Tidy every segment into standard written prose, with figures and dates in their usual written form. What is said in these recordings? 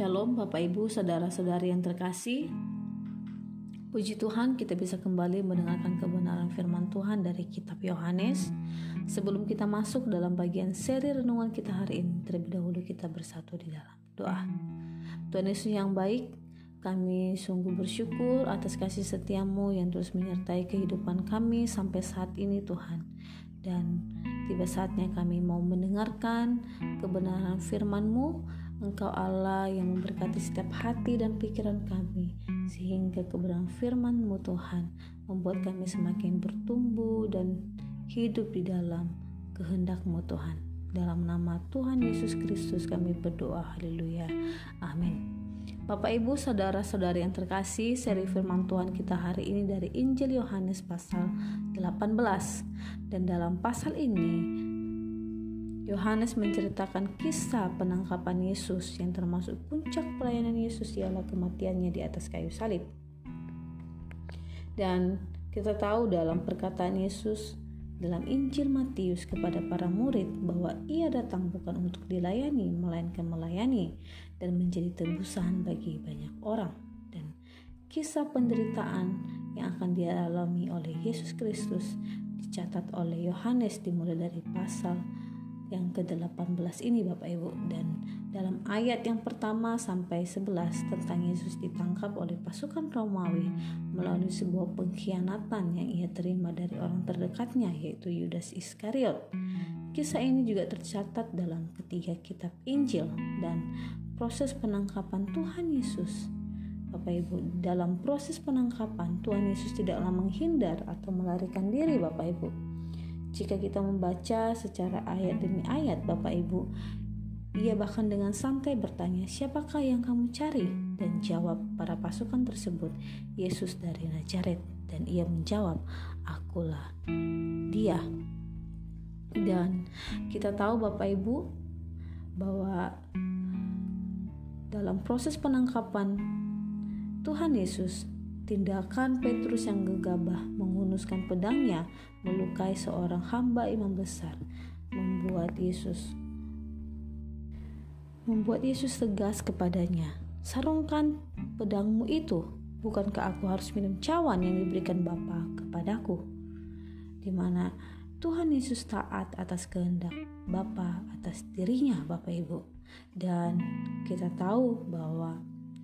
Shalom Bapak Ibu, saudara-saudari yang terkasih. Puji Tuhan kita bisa kembali mendengarkan kebenaran firman Tuhan dari kitab Yohanes. Sebelum kita masuk dalam bagian seri renungan kita hari ini, terlebih dahulu kita bersatu di dalam doa. Tuhan Yesus yang baik, kami sungguh bersyukur atas kasih setiamu yang terus menyertai kehidupan kami sampai saat ini Tuhan. Dan tiba saatnya kami mau mendengarkan kebenaran firman-Mu. Engkau Allah yang memberkati setiap hati dan pikiran kami, sehingga kebenaran firman-Mu Tuhan membuat kami semakin bertumbuh dan hidup di dalam kehendak-Mu Tuhan. Dalam nama Tuhan Yesus Kristus kami berdoa, haleluya, amin. Bapak Ibu, saudara-saudari yang terkasih, seri firman Tuhan kita hari ini dari Injil Yohanes pasal 18. Dan dalam pasal ini Yohanes menceritakan kisah penangkapan Yesus yang termasuk puncak pelayanan Yesus ialah kematiannya di atas kayu salib. Dan kita tahu dalam perkataan Yesus dalam Injil Matius kepada para murid bahwa ia datang bukan untuk dilayani melainkan melayani dan menjadi tebusan bagi banyak orang. Dan kisah penderitaan yang akan dialami oleh Yesus Kristus dicatat oleh Yohanes dimulai dari pasal yang ke-18 ini Bapak Ibu, dan dalam ayat yang pertama sampai 11 tentang Yesus ditangkap oleh pasukan Romawi melalui sebuah pengkhianatan yang ia terima dari orang terdekatnya yaitu Yudas Iskariot. Kisah ini juga tercatat dalam ketiga kitab Injil dan proses penangkapan Tuhan Yesus. Bapak Ibu, dalam proses penangkapan Tuhan Yesus tidaklah menghindar atau melarikan diri Bapak Ibu. Jika kita membaca secara ayat demi ayat Bapak Ibu, ia bahkan dengan santai bertanya, "Siapakah yang kamu cari?" Dan jawab para pasukan tersebut, "Yesus dari Nazaret." Dan ia menjawab, "Akulah dia." Dan kita tahu Bapak Ibu bahwa dalam proses penangkapan Tuhan Yesus, tindakan Petrus yang gegabah menghunuskan pedangnya melukai seorang hamba imam besar membuat Yesus tegas kepadanya, "Sarungkan pedangmu itu, bukankah aku harus minum cawan yang diberikan Bapa kepadaku?" Di mana Tuhan Yesus taat atas kehendak Bapa atas dirinya Bapak Ibu. Dan kita tahu bahwa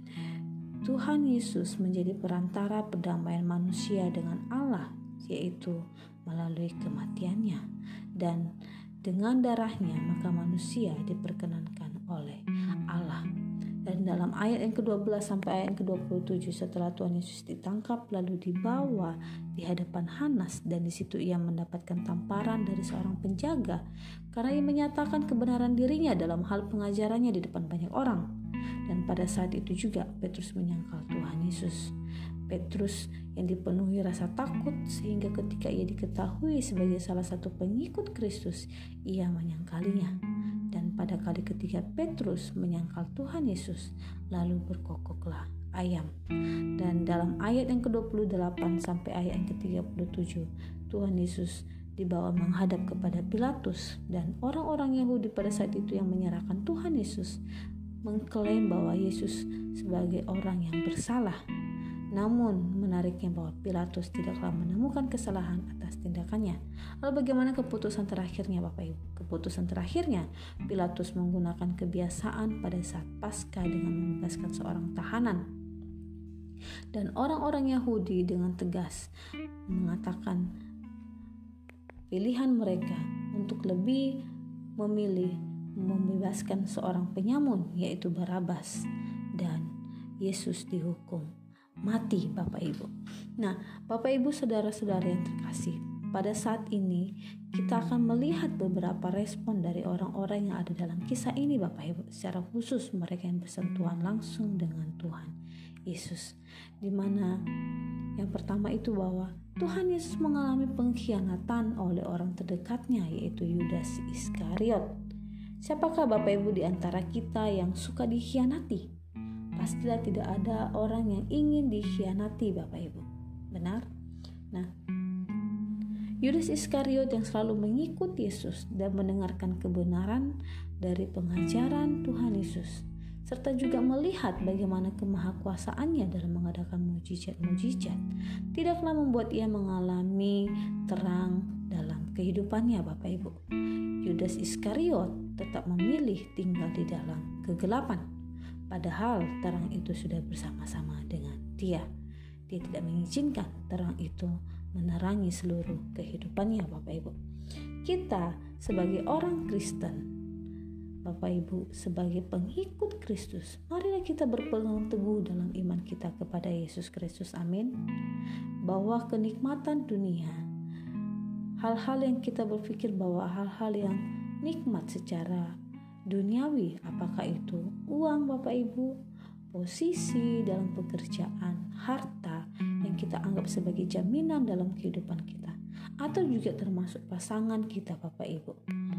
Tuhan Yesus menjadi perantara perdamaian manusia dengan Allah, yaitu melalui kematiannya. Dan dengan darahnya maka manusia diperkenankan oleh Allah. Dan dalam ayat yang ke-12 sampai ayat yang ke-27, setelah Tuhan Yesus ditangkap lalu dibawa di hadapan Hanas, dan di situ ia mendapatkan tamparan dari seorang penjaga karena ia menyatakan kebenaran dirinya dalam hal pengajarannya di depan banyak orang. Dan pada saat itu juga Petrus menyangkal Tuhan Yesus. Petrus yang dipenuhi rasa takut sehingga ketika ia diketahui sebagai salah satu pengikut Kristus, ia menyangkalinya. Dan pada kali ketiga Petrus menyangkal Tuhan Yesus, lalu berkokoklah ayam. Dan dalam ayat yang ke-28 sampai ayat yang ke-37, Tuhan Yesus dibawa menghadap kepada Pilatus, dan orang-orang Yahudi pada saat itu yang menyerahkan Tuhan Yesus mengklaim bahwa Yesus sebagai orang yang bersalah. Namun menariknya bahwa Pilatus tidaklah menemukan kesalahan atas tindakannya. Lalu bagaimana keputusan terakhirnya Bapak Ibu? Keputusan terakhirnya Pilatus menggunakan kebiasaan pada saat Paskah dengan membebaskan seorang tahanan. Dan orang-orang Yahudi dengan tegas mengatakan pilihan mereka untuk lebih memilih membebaskan seorang penyamun yaitu Barabas, dan Yesus dihukum mati Bapak Ibu. Nah Bapak Ibu, saudara-saudara yang terkasih, pada saat ini kita akan melihat beberapa respon dari orang-orang yang ada dalam kisah ini Bapak Ibu, secara khusus mereka yang bersentuhan langsung dengan Tuhan Yesus, di mana yang pertama itu bahwa Tuhan Yesus mengalami pengkhianatan oleh orang terdekatnya yaitu Yudas Iskariot. Siapakah Bapak Ibu di antara kita yang suka dikhianati? Pastilah tidak ada orang yang ingin dikhianati Bapak Ibu. Benar? Nah, Yudas Iskariot yang selalu mengikut Yesus dan mendengarkan kebenaran dari pengajaran Tuhan Yesus serta juga melihat bagaimana kemahakuasaannya dalam mengadakan mujizat-mujizat, tidaklah membuat ia mengalami terang dalam kehidupannya, Bapak Ibu. Yudas Iskariot tetap memilih tinggal di dalam kegelapan, padahal terang itu sudah bersama-sama dengan dia. Dia tidak mengizinkan terang itu menerangi seluruh kehidupannya, Bapak Ibu. Kita sebagai orang Kristen, Bapak Ibu, sebagai pengikut Kristus, marilah kita berpegang teguh dalam iman kita kepada Yesus Kristus. Amin. Bahwa kenikmatan dunia, hal-hal yang kita berpikir bahwa hal-hal yang nikmat secara duniawi, apakah itu uang, Bapak Ibu, posisi dalam pekerjaan, harta yang kita anggap sebagai jaminan dalam kehidupan kita, atau juga termasuk pasangan kita, Bapak Ibu.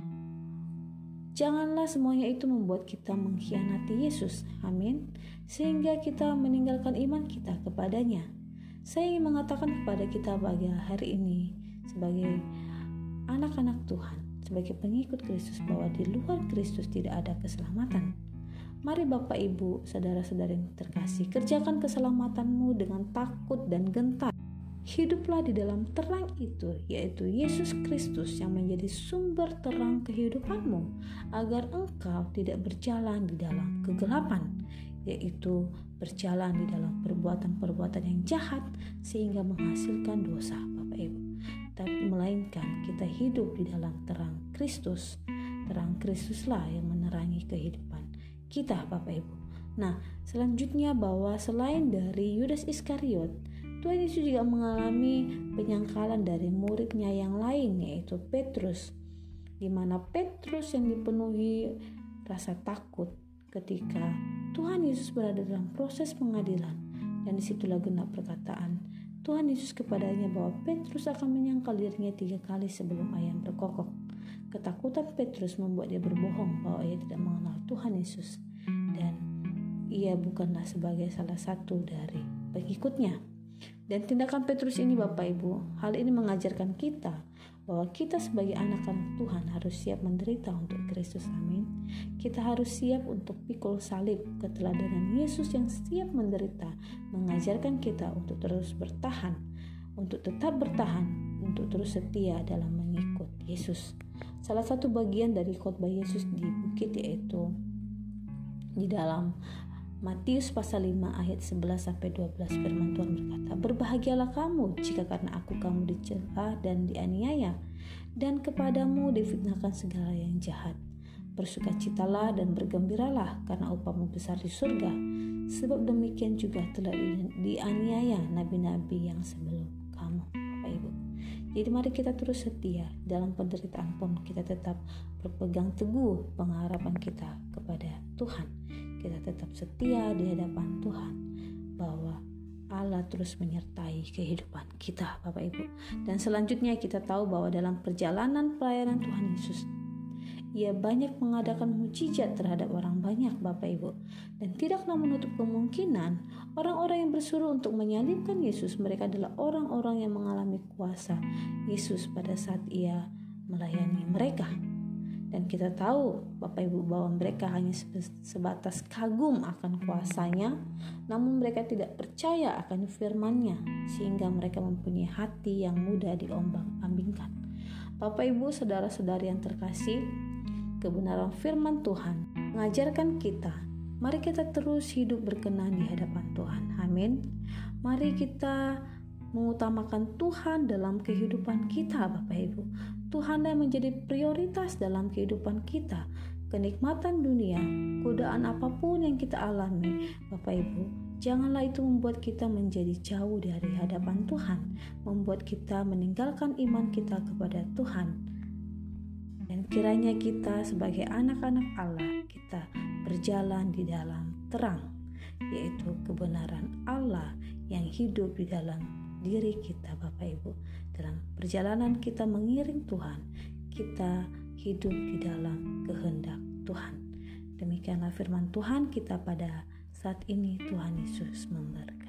Janganlah semuanya itu membuat kita mengkhianati Yesus, amin, sehingga kita meninggalkan iman kita kepadanya. Saya ingin mengatakan kepada kita pada hari ini, sebagai anak-anak Tuhan, sebagai pengikut Kristus, bahwa di luar Kristus tidak ada keselamatan. Mari Bapak Ibu, saudara-saudara yang terkasih, kerjakan keselamatanmu dengan takut dan gentar. Hiduplah di dalam terang itu, yaitu Yesus Kristus yang menjadi sumber terang kehidupanmu, agar engkau tidak berjalan di dalam kegelapan, yaitu berjalan di dalam perbuatan-perbuatan yang jahat sehingga menghasilkan dosa, Bapak Ibu. Tapi melainkan kita hidup di dalam terang Kristus. Terang Kristuslah yang menerangi kehidupan kita, Bapak Ibu. Nah, selanjutnya bahwa selain dari Yudas Iskariot, Tuhan Yesus juga mengalami penyangkalan dari muridnya yang lain, yaitu Petrus, di mana Petrus yang dipenuhi rasa takut ketika Tuhan Yesus berada dalam proses pengadilan, dan disitulah genap perkataan Tuhan Yesus kepadanya bahwa Petrus akan menyangkal dirinya 3 kali sebelum ayam berkokok. Ketakutan Petrus membuat dia berbohong bahwa ia tidak mengenal Tuhan Yesus dan ia bukanlah sebagai salah satu dari pengikutnya. Dan tindakan Petrus ini, Bapak Ibu, hal ini mengajarkan kita bahwa kita sebagai anak-anak Tuhan harus siap menderita untuk Kristus. Amin. Kita harus siap untuk pikul salib. Keteladanan Yesus yang siap menderita mengajarkan kita untuk terus bertahan, untuk tetap bertahan, untuk terus setia dalam mengikut Yesus. Salah satu bagian dari khotbah Yesus di bukit, yaitu di dalam Matius pasal 5 ayat 11-12, firman Tuhan berkata, "Berbahagialah kamu jika karena aku kamu dicela dan dianiaya, dan kepadamu difitnahkan segala yang jahat. Bersukacitalah dan bergembiralah, karena upahmu besar di surga, sebab demikian juga telah dianiaya nabi-nabi yang sebelum kamu." Bapak Ibu, jadi mari kita terus setia dalam penderitaan pun kita tetap berpegang teguh pengharapan kita kepada Tuhan. Kita tetap setia di hadapan Tuhan bahwa Allah terus menyertai kehidupan kita, Bapak Ibu. Dan selanjutnya kita tahu bahwa dalam perjalanan pelayanan Tuhan Yesus, Ia banyak mengadakan mujizat terhadap orang banyak, Bapak Ibu. Dan tidaklah menutup kemungkinan orang-orang yang bersuruh untuk menyalibkan Yesus, mereka adalah orang-orang yang mengalami kuasa Yesus pada saat Ia melayani mereka. Dan kita tahu, Bapak Ibu, bahwa mereka hanya sebatas kagum akan kuasanya, namun mereka tidak percaya akan firman-Nya, sehingga mereka mempunyai hati yang mudah diombang-ambingkan. Bapak Ibu, saudara-saudari yang terkasih, kebenaran firman Tuhan mengajarkan kita, mari kita terus hidup berkenan di hadapan Tuhan. Amin. Mari kita mengutamakan Tuhan dalam kehidupan kita, Bapak Ibu. Tuhan yang menjadi prioritas dalam kehidupan kita. Kenikmatan dunia, godaan apapun yang kita alami, Bapak Ibu, janganlah itu membuat kita menjadi jauh dari hadapan Tuhan, membuat kita meninggalkan iman kita kepada Tuhan. Dan kiranya kita sebagai anak-anak Allah, kita berjalan di dalam terang, yaitu kebenaran Allah yang hidup di dalam diri kita, Bapak Ibu. Dalam perjalanan kita mengiring Tuhan, kita hidup di dalam kehendak Tuhan. Demikianlah firman Tuhan kita pada saat ini. Tuhan Yesus memberkati.